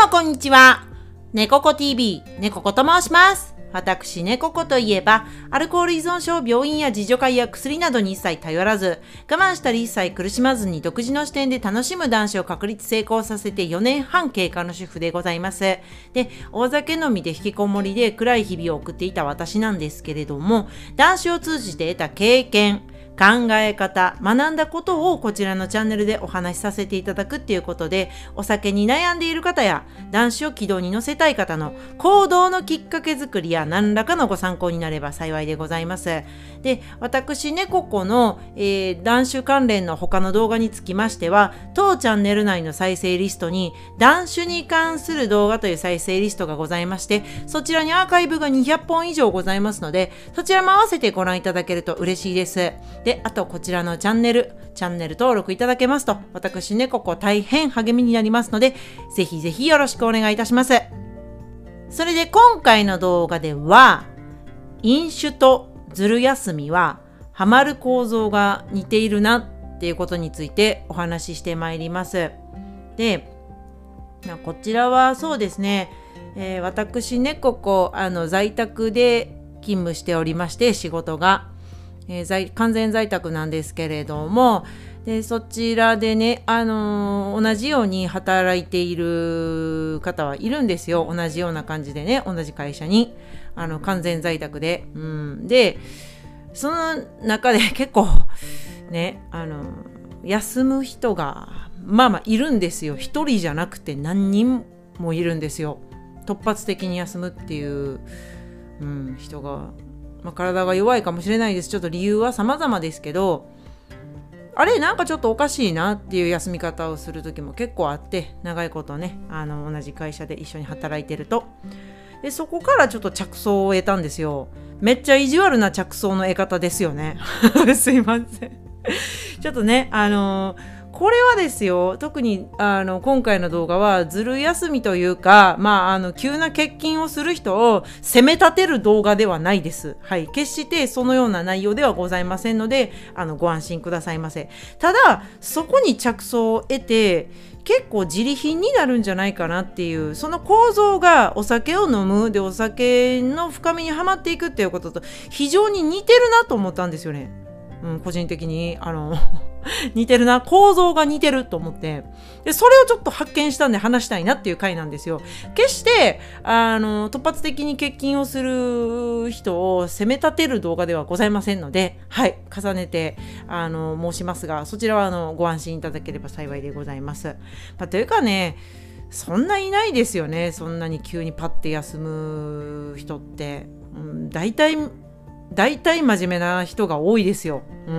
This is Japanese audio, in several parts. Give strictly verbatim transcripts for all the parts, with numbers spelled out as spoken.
もこんにちは。ねここ ティービー、ねここと申します。私、ねここといえば、アルコール依存症、病院や自助会や薬などに一切頼らず、我慢したり一切苦しまずに独自の視点で楽しむ男子を確立成功させてよねんはん経過の主婦でございます。で、大酒飲みで引きこもりで暗い日々を送っていた私なんですけれども、男子を通じて得た経験、考え方、学んだことをこちらのチャンネルでお話しさせていただくっていうことで、お酒に悩んでいる方や男子を軌道に乗せたい方の行動のきっかけ作りや何らかのご参考になれば幸いでございます。で、私ねここの、えー、男子関連の他の動画につきましては、当チャンネル内の再生リストに男子に関する動画という再生リストがございまして、そちらにアーカイブがにひゃっぽん以上ございますので、そちらも合わせてご覧いただけると嬉しいです。で、あとこちらのチャンネル、チャンネル登録いただけますと、私ねここ大変励みになりますので、ぜひぜひよろしくお願いいたします。それで今回の動画では、飲酒とずる休みはハマる構造が似ているなっていうことについてお話ししてまいります。で、こちらはそうですね、えー、私ねここあの在宅で勤務しておりまして、仕事がえー、在完全在宅なんですけれども、でそちらでね、あのー、同じように働いている方はいるんですよ。同じような感じでね、同じ会社にあの完全在宅で、うん、でその中で結構ね、あのー、休む人がまあまあいるんですよ。一人じゃなくて何人もいるんですよ。突発的に休むっていう、うん、人が。まあ、体が弱いかもしれないです。ちょっと理由は様々ですけど、あれなんかちょっとおかしいなっていう休み方をする時も結構あって、長いことね、あの同じ会社で一緒に働いてると、でそこからちょっと着想を得たんですよ。めっちゃ意地悪な着想の得方ですよね。すいません。ちょっとね、あのーこれはですよ、特にあの今回の動画はずる休みというか、まあ、あの急な欠勤をする人を責め立てる動画ではないです。はい、決してそのような内容ではございませんので、あのご安心くださいませ。ただそこに着想を得て結構自利品になるんじゃないかなっていう、その構造がお酒を飲むでお酒の深みにはまっていくっていうことと非常に似てるなと思ったんですよね。うん、個人的にあの似てるな、構造が似てると思って、でそれをちょっと発見したんで話したいなっていう回なんですよ。決してあの突発的に欠勤をする人を責め立てる動画ではございませんので、はい、重ねてあの申しますが、そちらはあのご安心いただければ幸いでございます。まあ、というかね、そんないないですよね。そんなに急にパッて休む人って、うん、大体大体真面目な人が多いですよ。うん、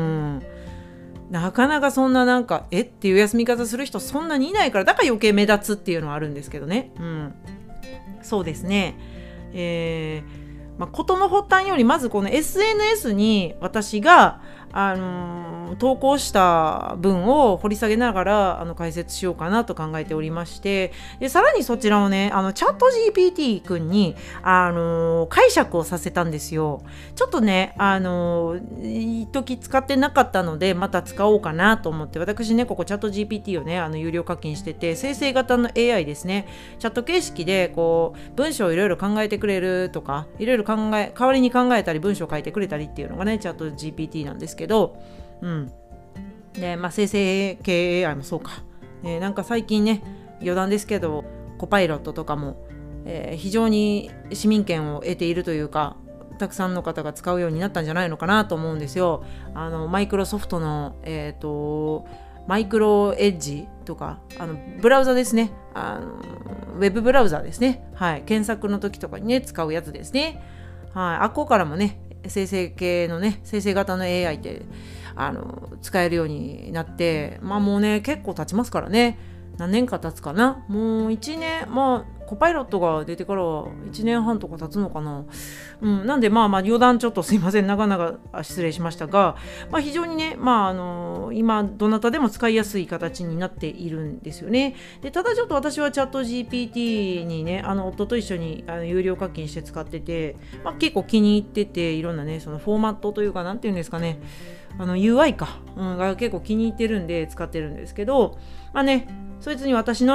なかなかそんななんかえっていう休み方する人そんなにいないから、だから余計目立つっていうのはあるんですけどね。うん、そうですね。えーまあ、事の発端よりまずこの エスエヌエス に私があのー、投稿した文を掘り下げながらあの解説しようかなと考えておりまして、でさらにそちらをね、あのチャット ジーピーティー 君に、あのー、解釈をさせたんですよ。ちょっとね、あのー、一時使ってなかったのでまた使おうかなと思って、私ねここチャット ジーピーティー をねあの有料課金してて、生成型の エーアイ ですね、チャット形式でこう文章をいろいろ考えてくれるとか、いろいろ考え代わりに考えたり文章を書いてくれたりっていうのがねチャット ジーピーティー なんですけど、うん。で、まあ、生成系 エーアイ もそうか。えー、なんか最近ね、余談ですけど、コパイロットとかも、えー、非常に市民権を得ているというか、たくさんの方が使うようになったんじゃないのかなと思うんですよ。あの、マイクロソフトの、えっと、マイクロエッジとか、あの、ブラウザですね。あの、ウェブブラウザですね。はい。検索の時とかにね、使うやつですね。はい。あっこからもね、生成系のね、生成型の エーアイってあの使えるようになって、まあもうね結構経ちますからね。何年か経つかな。もういちねん、まあコパイロットが出てからいちねんはんとか経つのかな。うん、なんでまあまあ余談ちょっとすいません、なかなか失礼しましたが、まあ、非常にね、まああの今どなたでも使いやすい形になっているんですよね。でただちょっと私はチャット ジーピーティー にね、あの夫と一緒にあの有料課金して使ってて、まあ、結構気に入ってて、いろんなねそのフォーマットというかなんていうんですかね、あの ユーアイ か、うん、が結構気に入ってるんで使ってるんですけど、まあね、そいつに私の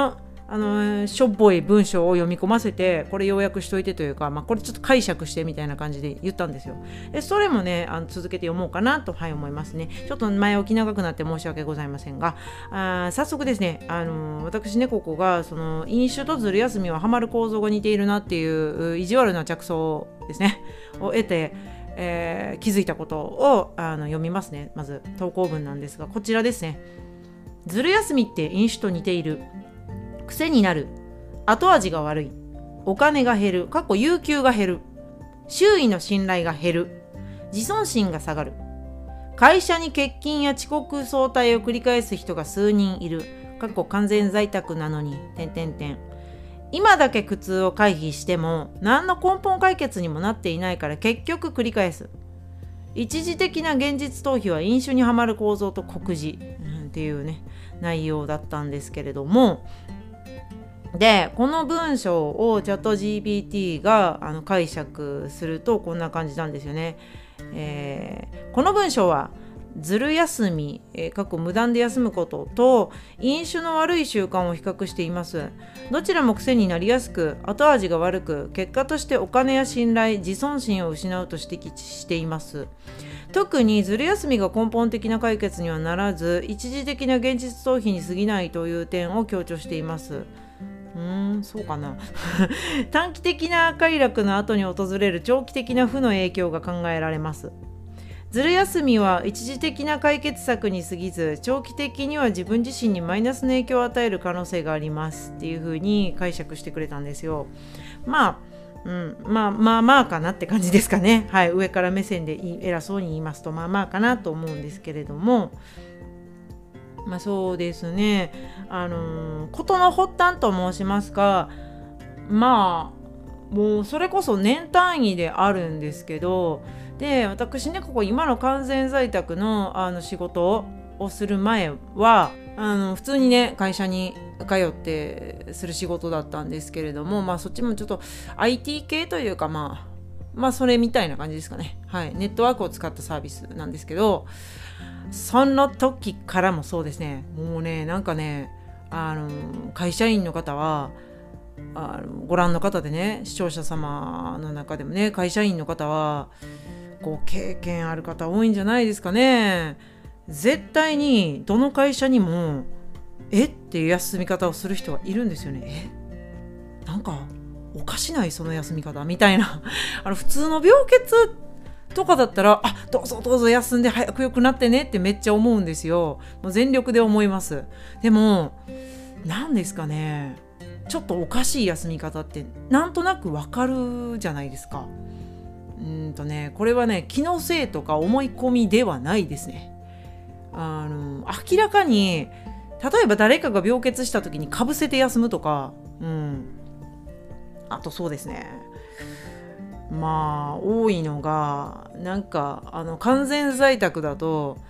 あのしょっぽい文章を読み込ませて、これ要約しといてというか、まあ、これちょっと解釈してみたいな感じで言ったんですよ。でそれもねあの続けて読もうかなと、はい、思いますね。ちょっと前置き長くなって申し訳ございませんが、あ早速ですね、あの私ねここがその飲酒とずる休みはハマる構造が似ているなっていう意地悪な着想ですねを得て、えー、気づいたことをあの読みますね。まず投稿文なんですが、こちらですね。ずる休みって飲酒と似ている。癖になる。後味が悪い。お金が減る。過去有給が減る。周囲の信頼が減る。自尊心が下がる。会社に欠勤や遅刻早退を繰り返す人が数人いる。過去完全在宅なのに。点点点。今だけ苦痛を回避しても何の根本解決にもなっていないから結局繰り返す。一時的な現実逃避は飲酒にはまる構造と酷似、うん、っていうね内容だったんですけれども、でこの文章をチャット ジーピーティー があの解釈するとこんな感じなんですよね。えー、この文章はずる休み、えー、過去無断で休むことと飲酒の悪い習慣を比較しています。どちらも癖になりやすく後味が悪く、結果としてお金や信頼、自尊心を失うと指摘しています。特にずる休みが根本的な解決にはならず、一時的な現実逃避に過ぎないという点を強調しています。うーん、そうかな短期的な快楽の後に訪れる長期的な負の影響が考えられます。ずる休みは一時的な解決策に過ぎず、長期的には自分自身にマイナスの影響を与える可能性がありますっていう風に解釈してくれたんですよ。まあ、うん、まあまあまあかなって感じですかね。はい、上から目線で偉そうに言いますとまあまあかなと思うんですけれども、まあそうですね、あのー、事の発端と申しますか、まあもうそれこそ年単位であるんですけど、で私ねここ今の完全在宅 の, あの仕事をする前はあの普通にね会社に通ってする仕事だったんですけれども、まあそっちもちょっと アイティー 系というか、まあまあそれみたいな感じですかね。はい、ネットワークを使ったサービスなんですけど、その時からもそうですね、もうねなんかねあの会社員の方はあのご覧の方でね、視聴者様の中でもね会社員の方はご経験ある方多いんじゃないですかね。絶対にどの会社にもえっていう休み方をする人がいるんですよね。えなんかおかしないその休み方みたいなあの普通の病欠とかだったらあどうぞどうぞ休んで早く良くなってねってめっちゃ思うんですよ。もう全力で思います。でも何ですかね、ちょっとおかしい休み方ってなんとなくわかるじゃないですか。うんとねこれはね気のせいとか思い込みではないですね。あの明らかに例えば誰かが病欠した時にかぶせて休むとか、うん、あとそうですね、まあ多いのがなんかあの完全在宅だと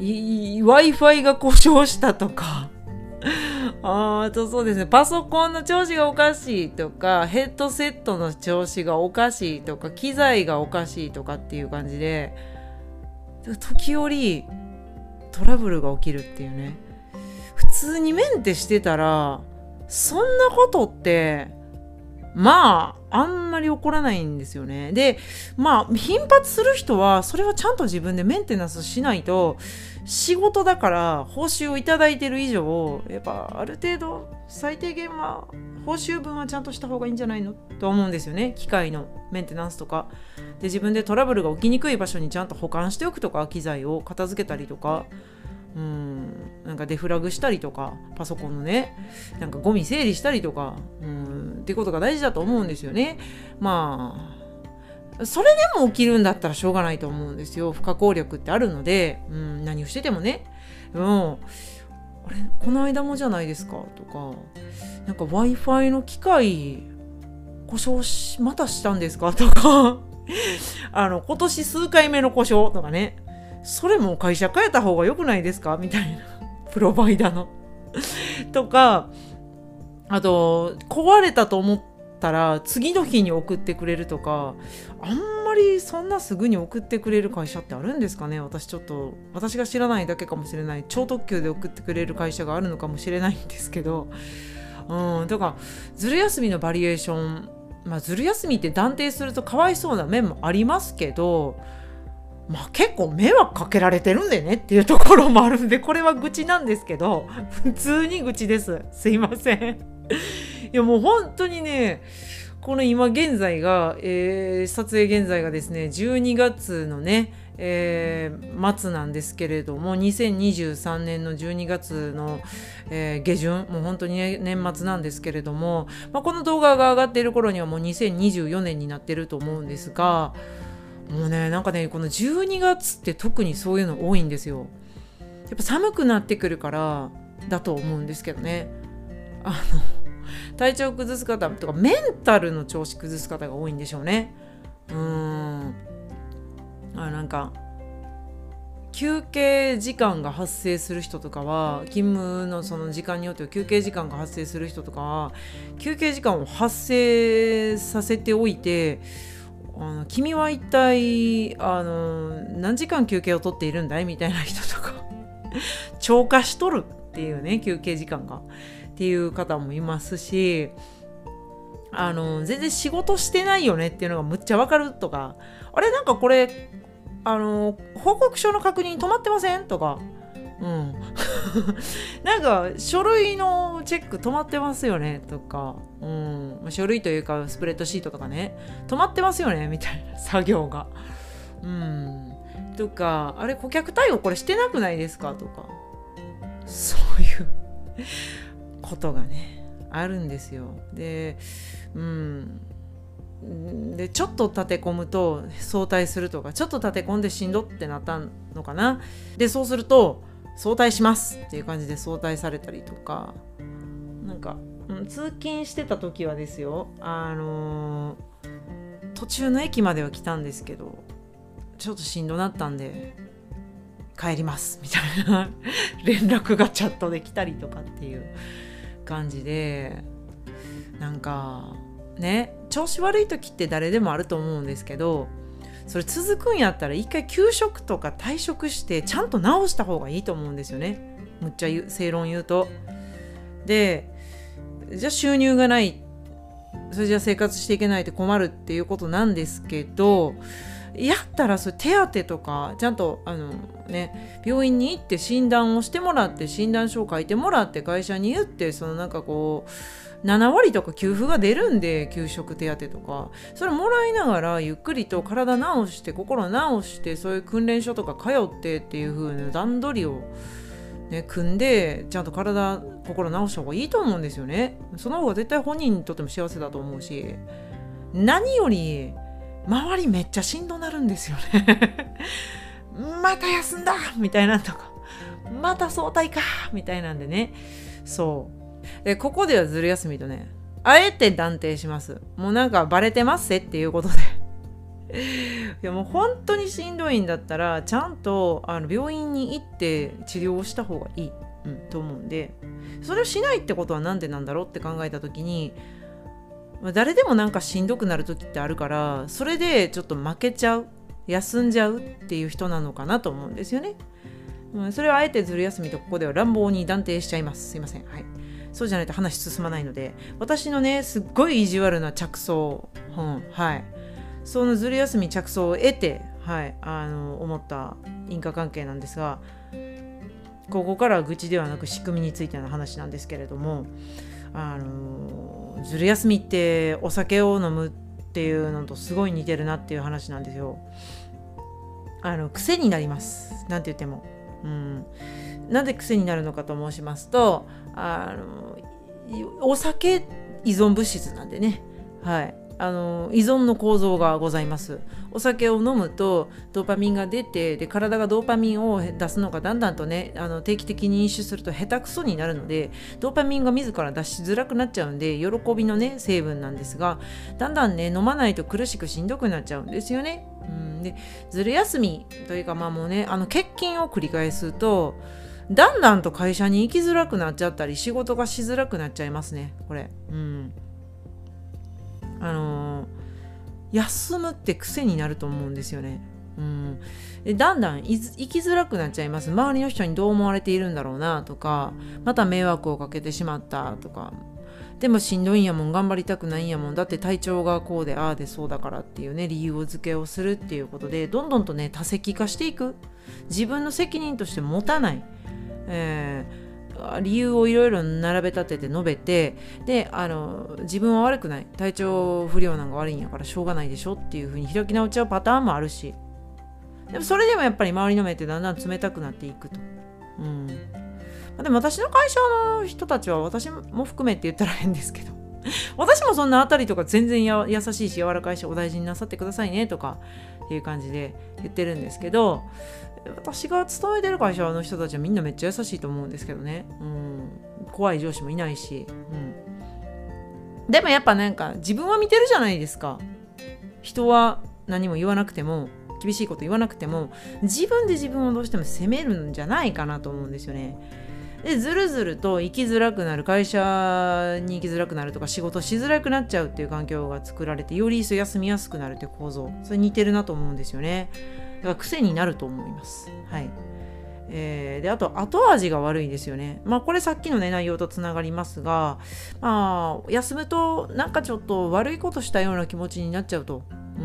Wi-Fi が故障したとかあ, あとそうですね、パソコンの調子がおかしいとかヘッドセットの調子がおかしいとか機材がおかしいとかっていう感じで時折トラブルが起きるっていうね。普通にメンテしてたらそんなことってまああんまり起こらないんですよね。でまあ頻発する人はそれはちゃんと自分でメンテナンスしないと、仕事だから報酬をいただいてる以上やっぱある程度最低限は報酬分はちゃんとした方がいいんじゃないのと思うんですよね。機械のメンテナンスとかで自分でトラブルが起きにくい場所にちゃんと保管しておくとか、機材を片付けたりとか、うんなんかデフラグしたりとか、パソコンのねなんかゴミ整理したりとか、うんっていうことが大事だと思うんですよね。まあそれでも起きるんだったらしょうがないと思うんですよ。不可抗力ってあるので、うん、何をしててもね、うん、あれこの間もじゃないですかとか、なんか Wi-Fi の機械故障しまたしたんですかとかあの今年数回目の故障とかね、それも会社変えた方が良くないですかみたいなプロバイダーのとか、あと壊れたと思ったら次の日に送ってくれるとか、あんまりそんなすぐに送ってくれる会社ってあるんですかね。私ちょっと私が知らないだけかもしれない、超特急で送ってくれる会社があるのかもしれないんですけど、 うん、だからずる休みのバリエーション、まあずる休みって断定するとかわいそうな面もありますけど、まあ結構迷惑かけられてるんでねっていうところもあるんで、これは愚痴なんですけど、普通に愚痴です。すいません。いやもう本当にね、この今現在が、えー、撮影現在がですね、じゅうにがつのね、えー、末なんですけれども、にせんにじゅうさんねんのじゅうにがつの、えー、下旬、もう本当に、ね、年末なんですけれども、まあ、この動画が上がっている頃にはもうにせんにじゅうよねんになってると思うんですが、もうね、なんかね、このじゅうにがつって特にそういうの多いんですよ。やっぱ寒くなってくるからだと思うんですけどね。あの体調崩す方とかメンタルの調子崩す方が多いんでしょうね。うーんあなんか休憩時間が発生する人とかは、勤務のその時間によっては休憩時間が発生する人とかは、休憩時間を発生させておいて、あの君は一体あの何時間休憩を取っているんだいみたいな人とか超過しとるっていうね、休憩時間がっていう方もいますし、あの全然仕事してないよねっていうのがむっちゃわかるとか、あれなんかこれあの報告書の確認止まってませんとか、うんなんか書類のチェック止まってますよねとか、うん、書類というかスプレッドシートとかね止まってますよねみたいな作業が、うんとか、あれ顧客対応これしてなくないですかとか、そういうことがねあるんですよ。で、うんでちょっと立て込むと早退するとか、ちょっと立て込んでしんどってなったのかな。でそうすると早退しますっていう感じで早退されたりとか、なんか、うん、通勤してた時はですよ、あのー、途中の駅までは来たんですけど、ちょっとしんどなったんで帰りますみたいな連絡がチャットで来たりとかっていう感じで、なんかね、調子悪い時って誰でもあると思うんですけど、それ続くんやったら一回休職とか退職してちゃんと直した方がいいと思うんですよね。むっちゃ言う正論言うと。で、じゃあ収入がない、それじゃ生活していけないって困るっていうことなんですけど、やったらそれ手当とかちゃんとあのね、病院に行って診断をしてもらって、診断書を書いてもらって会社に言って、そのなんかこうななわりとか給付が出るんで、給食手当とかそれもらいながらゆっくりと体治して心治して、そういう訓練所とか通ってっていう風な段取りを、ね、組んでちゃんと体心治した方がいいと思うんですよね。その方が絶対本人にとっても幸せだと思うし、何より周りめっちゃしんどなるんですよねまた休んだみたいなとか、また早退かみたいなんでね。そうで、ここではずる休みとね、あえて断定します。もうなんかバレてますっていうことでいやもう本当にしんどいんだったら、ちゃんとあの病院に行って治療をした方がいい、うん、と思うんで、それをしないってことはなんでなんだろうって考えた時に、誰でもなんかしんどくなる時ってあるから、それでちょっと負けちゃう、休んじゃうっていう人なのかなと思うんですよね。うん、それをあえてずる休みとここでは乱暴に断定しちゃいます。すいません。はい。そうじゃないと話進まないので、私のねすっごい意地悪な着想、うん、はい、そのずる休み着想を得て、はい、あの思った因果関係なんですが、ここからは愚痴ではなく仕組みについての話なんですけれども、あのずる休みってお酒を飲むっていうのとすごい似てるなっていう話なんですよ。あの癖になります、なんて言っても。うん、なんで癖になるのかと申しますと、あのお酒依存物質なんでね、はい、あの依存の構造がございます。お酒を飲むとドーパミンが出て、で体がドーパミンを出すのがだんだんとね、あの定期的に飲酒すると下手くそになるので、ドーパミンが自ら出しづらくなっちゃうんで、喜びのね成分なんですが、だんだんね飲まないと苦しくしんどくなっちゃうんですよね。うん、でずる休みというか、まあもうね、あの欠勤を繰り返すとだんだんと会社に行きづらくなっちゃったり、仕事がしづらくなっちゃいますね、これ。うん、あのー、休むって癖になると思うんですよね。うん、でだんだん行きづらくなっちゃいます。周りの人にどう思われているんだろうなとか、また迷惑をかけてしまったとか、 でもしんどいんやもん、頑張りたくないんやもん、だって体調がこうでああでそうだからっていうね理由付けをするっていうことでどんどんとね多責化していく、自分の責任として持たない、えー、理由をいろいろ並べ立てて述べて、であの自分は悪くない、体調不良なんか悪いんやからしょうがないでしょっていう風に開き直っちゃうパターンもあるし、でもそれでもやっぱり周りの目ってだんだん冷たくなっていくと。うんでも私の会社の人たちは私も含めって言ったら変ですけど私もそんなあたりとか全然や優しいし柔らかいしお大事になさってくださいねとかっていう感じで言ってるんですけど、私が勤めてる会社の人たちはみんなめっちゃ優しいと思うんですけどね、うん、怖い上司もいないし、うん、でもやっぱなんか自分は見てるじゃないですか。人は何も言わなくても厳しいこと言わなくても自分で自分をどうしても責めるんじゃないかなと思うんですよね。でずるずると生きづらくなる、会社に行きづらくなるとか仕事しづらくなっちゃうっていう環境が作られてより一層休みやすくなるっていう構造、それ似てるなと思うんですよね。だから癖になると思います。はい。えー、であと後味が悪いですよね。まあこれさっきのね内容とつながりますが、まあ休むとなんかちょっと悪いことしたような気持ちになっちゃうと。うん、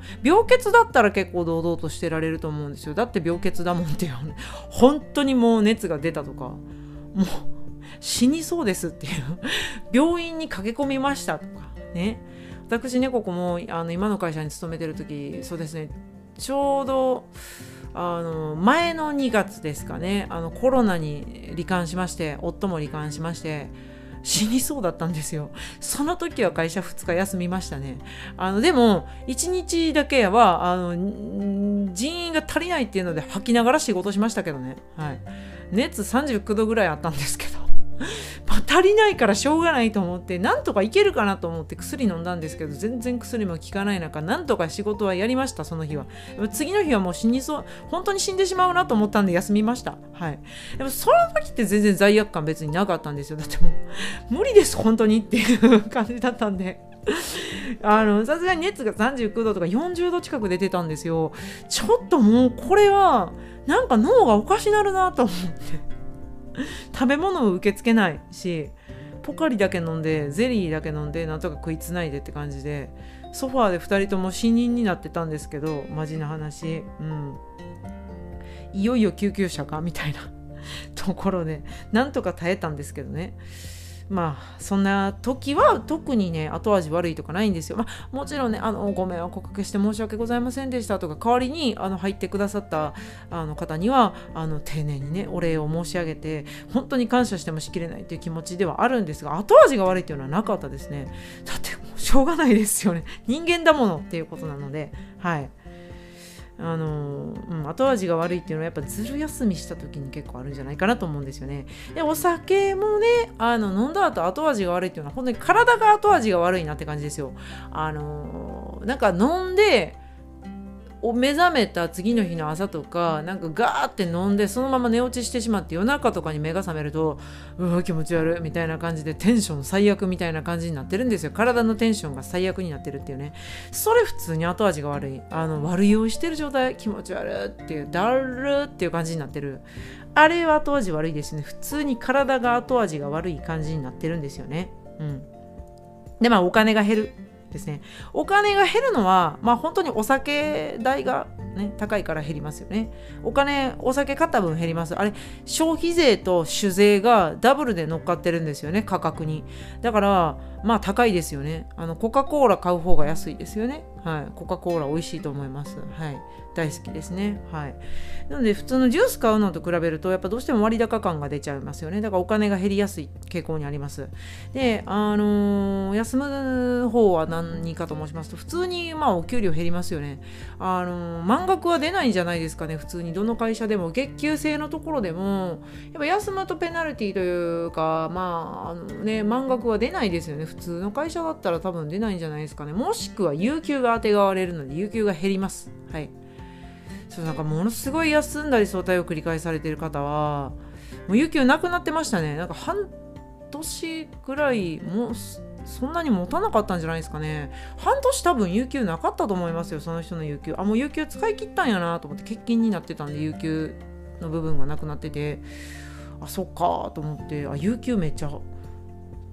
病欠だったら結構堂々としてられると思うんですよ。だって病欠だもんっていう本当にもう熱が出たとかもう死にそうですっていう病院に駆け込みましたとかね。私ねここもあの今の会社に勤めてる時そうですね、ちょうどあの前のにがつですかね、あのコロナに罹患しまして、夫も罹患しまして死にそうだったんですよ。その時は会社ふつか休みましたね。あのでもいちにちだけはあの人員が足りないっていうので吐きながら仕事しましたけどね、はい、熱さんじゅうきゅうどぐらいあったんですけどまあ、足りないからしょうがないと思ってなんとかいけるかなと思って薬飲んだんですけど全然薬も効かない中なんとか仕事はやりました。その日は次の日はもう死にそう本当に死んでしまうなと思ったんで休みました。はい。でもその時って全然罪悪感別になかったんですよ。だってもう無理です本当にっていう感じだったんであのさすがに熱がさんじゅうきゅうどとかよんじゅうど近く出てたんですよ。ちょっともうこれはなんか脳がおかしなるなと思って食べ物を受け付けないしポカリだけ飲んでゼリーだけ飲んでなんとか食いつないでって感じでソファーでふたりとも死人になってたんですけど、マジな話、うん、いよいよ救急車かみたいなところでなんとか耐えたんですけどね。まあそんな時は特にね後味悪いとかないんですよ。まあもちろんねあのご迷惑をおかけして申し訳ございませんでしたとか代わりにあの入ってくださったあの方にはあの丁寧にねお礼を申し上げて本当に感謝してもしきれないという気持ちではあるんですが、後味が悪いっていうのはなかったですね。だってもうしょうがないですよね、人間だものっていうことなので、はいあのーうん、後味が悪いっていうのはやっぱずる休みした時に結構あるんじゃないかなと思うんですよね。でお酒もねあの飲んだ後後味が悪いっていうのは本当に体が後味が悪いなって感じですよ。あのー、なんか飲んで目覚めた次の日の朝とかなんかガーって飲んでそのまま寝落ちしてしまって夜中とかに目が覚めるとうわ気持ち悪いみたいな感じでテンション最悪みたいな感じになってるんですよ。体のテンションが最悪になってるっていうね。それ普通に後味が悪い、あの悪酔いしてる状態、気持ち悪いっていうだるっていう感じになってる、あれは後味悪いですね。普通に体が後味が悪い感じになってるんですよね。うんでまあお金が減るですね。お金が減るのは、まあ、本当にお酒代が、ね、高いから減りますよね。お金お酒買った分減ります。あれ消費税と酒税がダブルで乗っかってるんですよね、価格に。だからまあ高いですよね。あのコカ・コーラ買う方が安いですよね。はい、コカ・コーラ美味しいと思います。はい、大好きですね。はい。なので普通のジュース買うのと比べるとやっぱどうしても割高感が出ちゃいますよね。だからお金が減りやすい傾向にあります。で、あのー、休む方は何かと申しますと普通にまあお給料減りますよね。あのー、満額は出ないんじゃないですかね。普通にどの会社でも月給制のところでもやっぱ休むとペナルティというかまああのね満額は出ないですよね。普通の会社だったら多分出ないんじゃないですかね。もしくは有給が当てがわれるので有給が減ります。はい。そうなんかものすごい休んだり早退を繰り返されている方はもう有給なくなってましたね。なんか半年ぐらいもうそんなに持たなかったんじゃないですかね。半年多分有給なかったと思いますよ。その人の有給あもう有給使い切ったんやなと思って欠勤になってたんで有給の部分がなくなっててあそっかと思ってあ有給めっちゃ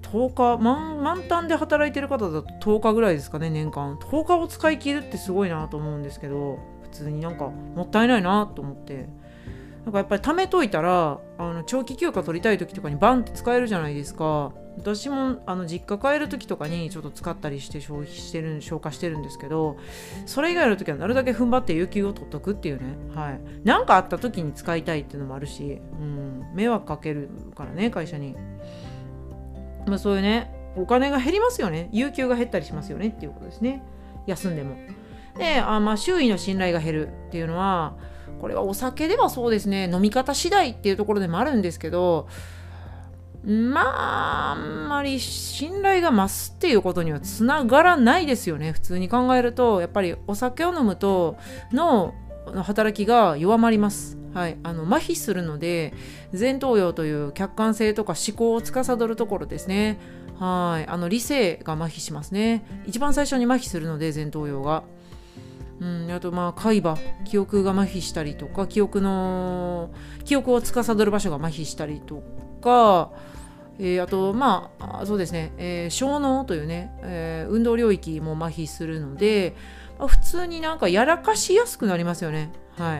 とおか満、満タンで働いてる方だととおかぐらいですかね、年間。とおかを使い切るってすごいなと思うんですけど、普通になんかもったいないなと思って、なんかやっぱり貯めといたらあの長期休暇取りたい時とかにバンって使えるじゃないですか。私もあの実家帰る時とかにちょっと使ったりして消費してる消化してるんですけど、それ以外の時はなるだけ踏ん張って有給を取っとくっていうね、はい、なんかあった時に使いたいっていうのもあるし、うん、迷惑かけるからね会社に、まあ、そういうねお金が減りますよね、有給が減ったりしますよねっていうことですね、休んでも。であ、まあ、周囲の信頼が減るっていうのは、これはお酒ではそうですね、飲み方次第っていうところでもあるんですけど、まああんまり信頼が増すっていうことにはつながらないですよね。普通に考えるとやっぱりお酒を飲むと脳の働きが弱まります。はい、あの麻痺するので、前頭葉という客観性とか思考を司るところですね。はい、あの理性が麻痺しますね。一番最初に麻痺するので前頭葉が。うん、あとまあ海馬、記憶が麻痺したりとか、記憶の記憶を司る場所が麻痺したりとか、えー、あとまあそうですね、えー、小脳というね、えー、運動領域も麻痺するので、まあ、普通になんかやらかしやすくなりますよね。はい、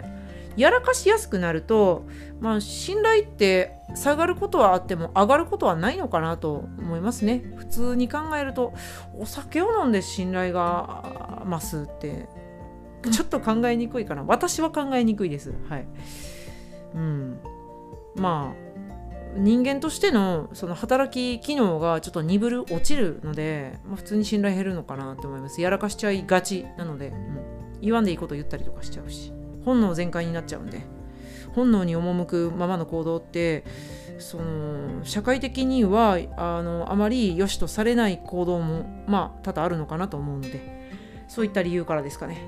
やらかしやすくなると、まあ、信頼って下がることはあっても上がることはないのかなと思いますね。普通に考えるとお酒を飲んで信頼が増すってちょっと考えにくいかな。私は考えにくいです。はい。うん。まあ人間としてのその働き機能がちょっと鈍る落ちるので、まあ、普通に信頼減るのかなと思います。やらかしちゃいがちなので、うん、言わんでいいこと言ったりとかしちゃうし、本能全開になっちゃうんで、本能に赴くままの行動ってその社会的にはあのあまり良しとされない行動もまあ多々あるのかなと思うので、そういった理由からですかね。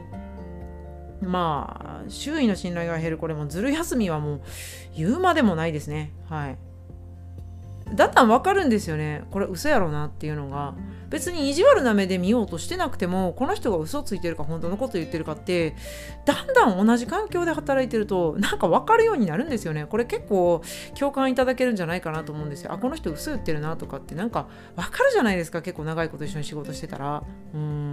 まあ周囲の信頼が減る、これもずる休みはもう言うまでもないですね。はい。だんだん分かるんですよね、これ嘘やろなっていうのが。別に意地悪な目で見ようとしてなくても、この人が嘘ついてるか本当のこと言ってるかってだんだん同じ環境で働いてるとなんか分かるようになるんですよね。これ結構共感いただけるんじゃないかなと思うんですよ。あ、この人嘘言ってるなとかってなんか分かるじゃないですか、結構長いこと一緒に仕事してたら。うん、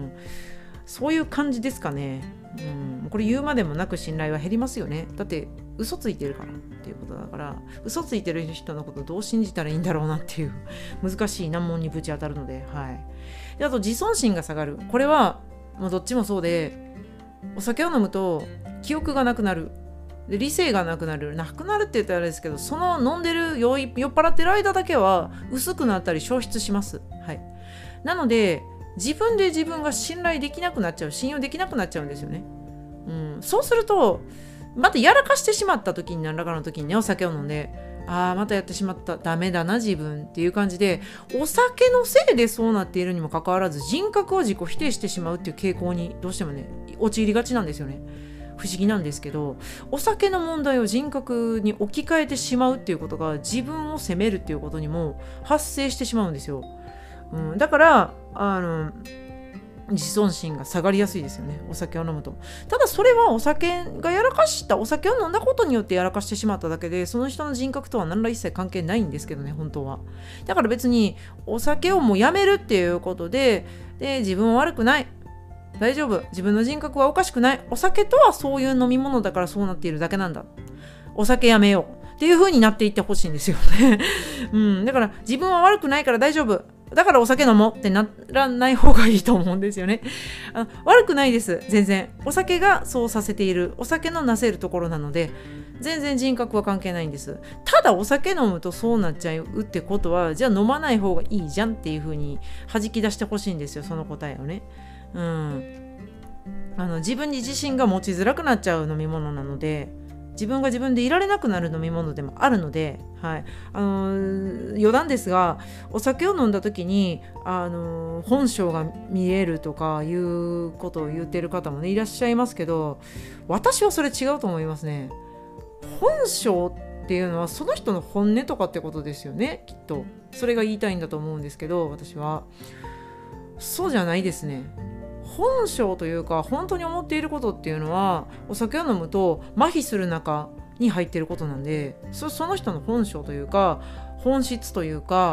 そういう感じですかね。うん、これ言うまでもなく信頼は減りますよね。だって嘘ついてるからっていうことだから、嘘ついてる人のことどう信じたらいいんだろうなっていう難しい難問にぶち当たるので、はい。であと自尊心が下がる、これはもうどっちもそうで、お酒を飲むと記憶がなくなる、で理性がなくなる、なくなるって言ったらあれですけど、その飲んでる酔い酔っ払ってる間だけは薄くなったり消失します。はい。なので自分で自分が信頼できなくなっちゃう、信用できなくなっちゃうんですよね。うん、そうするとまたやらかしてしまった時に、何らかの時にねお酒を飲んで、ああまたやってしまった、ダメだな自分っていう感じで、お酒のせいでそうなっているにもかかわらず人格を自己否定してしまうっていう傾向にどうしてもね陥りがちなんですよね。不思議なんですけど、お酒の問題を人格に置き換えてしまうっていうことが自分を責めるっていうことにも発生してしまうんですよ。うん、だからあの自尊心が下がりやすいですよね、お酒を飲むと。ただそれはお酒がやらかした、お酒を飲んだことによってやらかしてしまっただけで、その人の人格とは何ら一切関係ないんですけどね、本当は。だから別にお酒をもうやめるっていうことで、で自分は悪くない、大丈夫、自分の人格はおかしくない、お酒とはそういう飲み物だからそうなっているだけなんだ、お酒やめようっていう風になっていってほしいんですよね、うん、だから自分は悪くないから大丈夫、だからお酒飲もうってならない方がいいと思うんですよね。あの悪くないです、全然。お酒がそうさせている、お酒のなせるところなので全然人格は関係ないんです。ただお酒飲むとそうなっちゃうってことは、じゃあ飲まない方がいいじゃんっていう風に弾き出してほしいんですよ、その答えをね。うん、あの自分に自信が持ちづらくなっちゃう飲み物なので、自分が自分でいられなくなる飲み物でもあるので、はい、あのー、余談ですが、お酒を飲んだ時に、あのー、本性が見えるとかいうことを言ってる方もねいらっしゃいますけど、私はそれ違うと思いますね。本性っていうのはその人の本音とかってことですよね、きっと。それが言いたいんだと思うんですけど、私はそうじゃないですね。本性というか本当に思っていることっていうのは、お酒を飲むと麻痺する中に入っていることなんで、 そ, その人の本性というか本質というか、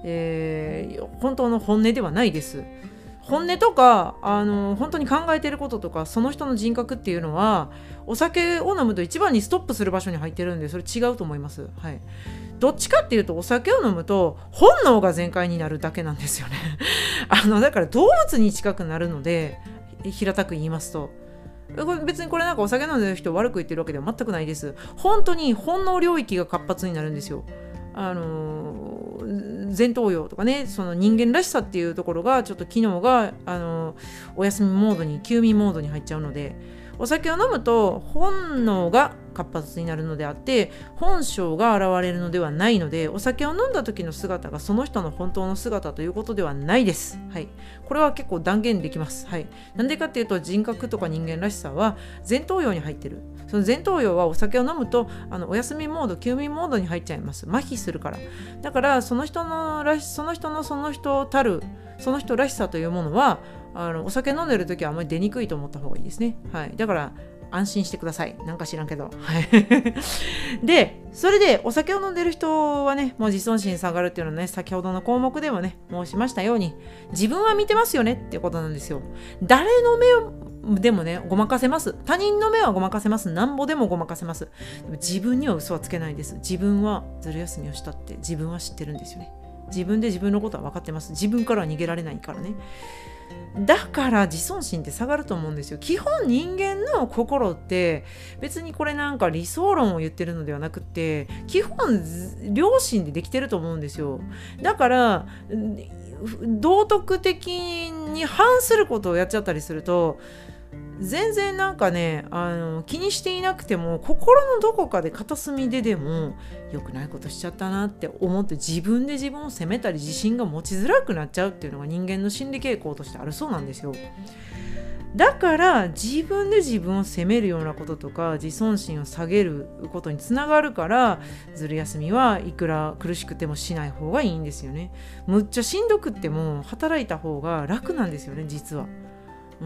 えー、本当の本音ではないです。本音とかあの本当に考えてることとかその人の人格っていうのはお酒を飲むと一番にストップする場所に入ってるんで、それ違うと思います。はい、どっちかっていうとお酒を飲むと本能が全開になるだけなんですよねあのだから動物に近くなるので、平たく言いますと、これ別にこれなんかお酒飲んでる人を悪く言ってるわけでは全くないです。本当に本能領域が活発になるんですよ。あのー、前頭葉とかね、その人間らしさっていうところがちょっと機能が、あのー、お休みモードに休眠モードに入っちゃうので、お酒を飲むと本能が活発になるのであって本性が現れるのではないので、お酒を飲んだ時の姿がその人の本当の姿ということではないです。はい、これは結構断言できます。はい、なんでかっていうと人格とか人間らしさは前頭葉に入ってる。その前頭葉はお酒を飲むとあのお休みモード休眠モードに入っちゃいます。麻痺するから。だからその人のらしその人のその人たるその人らしさというものはあのお酒飲んでる時はあまり出にくいと思った方がいいですね。はい、だから安心してください。なんか知らんけど。で、それでお酒を飲んでる人はね、もう自尊心下がるっていうのはね、先ほどの項目でもね、申しましたように、自分は見てますよねっていうことなんですよ。誰の目をでもね、ごまかせます。他人の目はごまかせます。なんぼでもごまかせます。でも自分には嘘はつけないです。自分はずる休みをしたって自分は知ってるんですよね。自分で自分のことは分かってます。自分からは逃げられないからね。だから自尊心って下がると思うんですよ。基本人間の心って別にこれなんか理想論を言ってるのではなくて、基本良心でできてると思うんですよ。だから道徳的に反することをやっちゃったりすると全然なんかねあの気にしていなくても心のどこかで片隅ででも良くないことしちゃったなって思って自分で自分を責めたり自信が持ちづらくなっちゃうっていうのが人間の心理傾向としてあるそうなんですよ。だから自分で自分を責めるようなこととか自尊心を下げることにつながるから、ずる休みはいくら苦しくてもしない方がいいんですよね。むっちゃしんどくっても働いた方が楽なんですよね、実は。うん、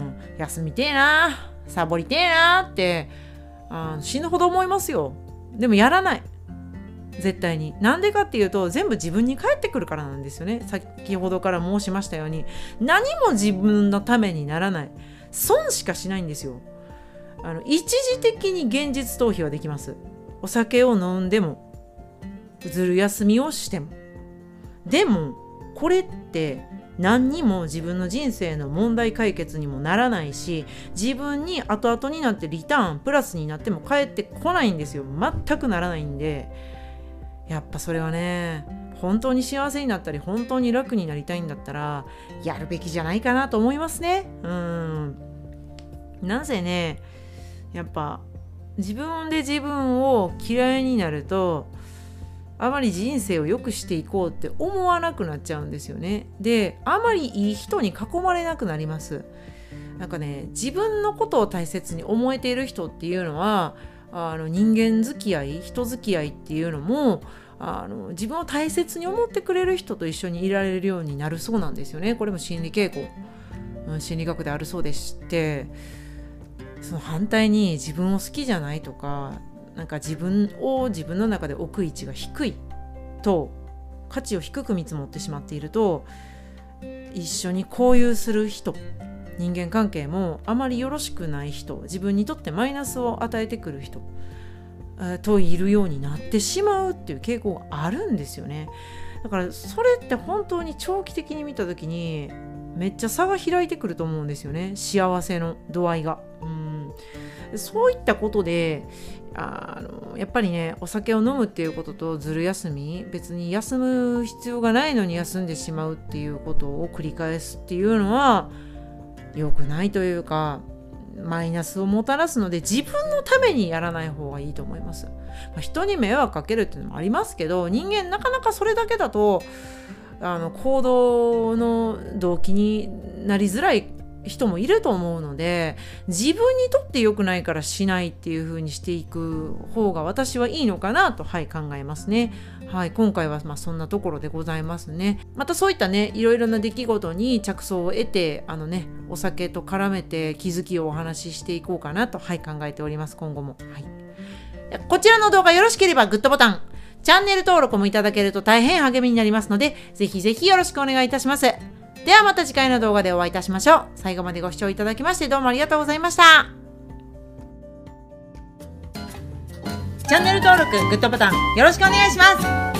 休みてえな、サボりてえなってあ死ぬほど思いますよ。でもやらない、絶対に。なんでかっていうと全部自分に返ってくるからなんですよね。先ほどから申しましたように何も自分のためにならない、損しかしないんですよ。あの一時的に現実逃避はできます。お酒を飲んでもずる休みをしても。でもこれって何にも自分の人生の問題解決にもならないし、自分に後々になってリターンプラスになっても返ってこないんですよ。全くならないんで、やっぱそれはね本当に幸せになったり本当に楽になりたいんだったらやるべきじゃないかなと思いますね。うん、なぜねやっぱ自分で自分を嫌いになるとあまり人生を良くしていこうって思わなくなっちゃうんですよね。で、あまりいい人に囲まれなくなります。なんかね、自分のことを大切に思えている人っていうのは、あの人間付き合い、人付き合いっていうのも、あの自分を大切に思ってくれる人と一緒にいられるようになるそうなんですよね。これも心理傾向、うん、心理学であるそうでして、その反対に自分を好きじゃないとか、なんか自分を自分の中で置く位置が低いと価値を低く見積もってしまっていると、一緒に交友する人、人間関係もあまりよろしくない人、自分にとってマイナスを与えてくる人といるようになってしまうっていう傾向があるんですよね。だからそれって本当に長期的に見た時にめっちゃ差が開いてくると思うんですよね、幸せの度合いが。うん、そういったことであのやっぱりねお酒を飲むっていうこととずる休み、別に休む必要がないのに休んでしまうっていうことを繰り返すっていうのは良くないというかマイナスをもたらすので、自分のためにやらない方がいいと思います。まあ、人に迷惑かけるっていうのもありますけど、人間なかなかそれだけだとあの行動の動機になりづらい人もいると思うので、自分にとって良くないからしないっていう風にしていく方が私はいいのかなと、はい、考えますね。はい、今回はまあそんなところでございますね。またそういったねいろいろな出来事に着想を得て、あのねお酒と絡めて気づきをお話ししていこうかなと、はい、考えております。今後も、はい、こちらの動画よろしければグッドボタン、 チャンネル登録もいただけると大変励みになりますので、ぜひぜひよろしくお願いいたします。ではまた次回の動画でお会いいたしましょう。最後までご視聴いただきましてどうもありがとうございました。チャンネル登録、グッドボタンよろしくお願いします。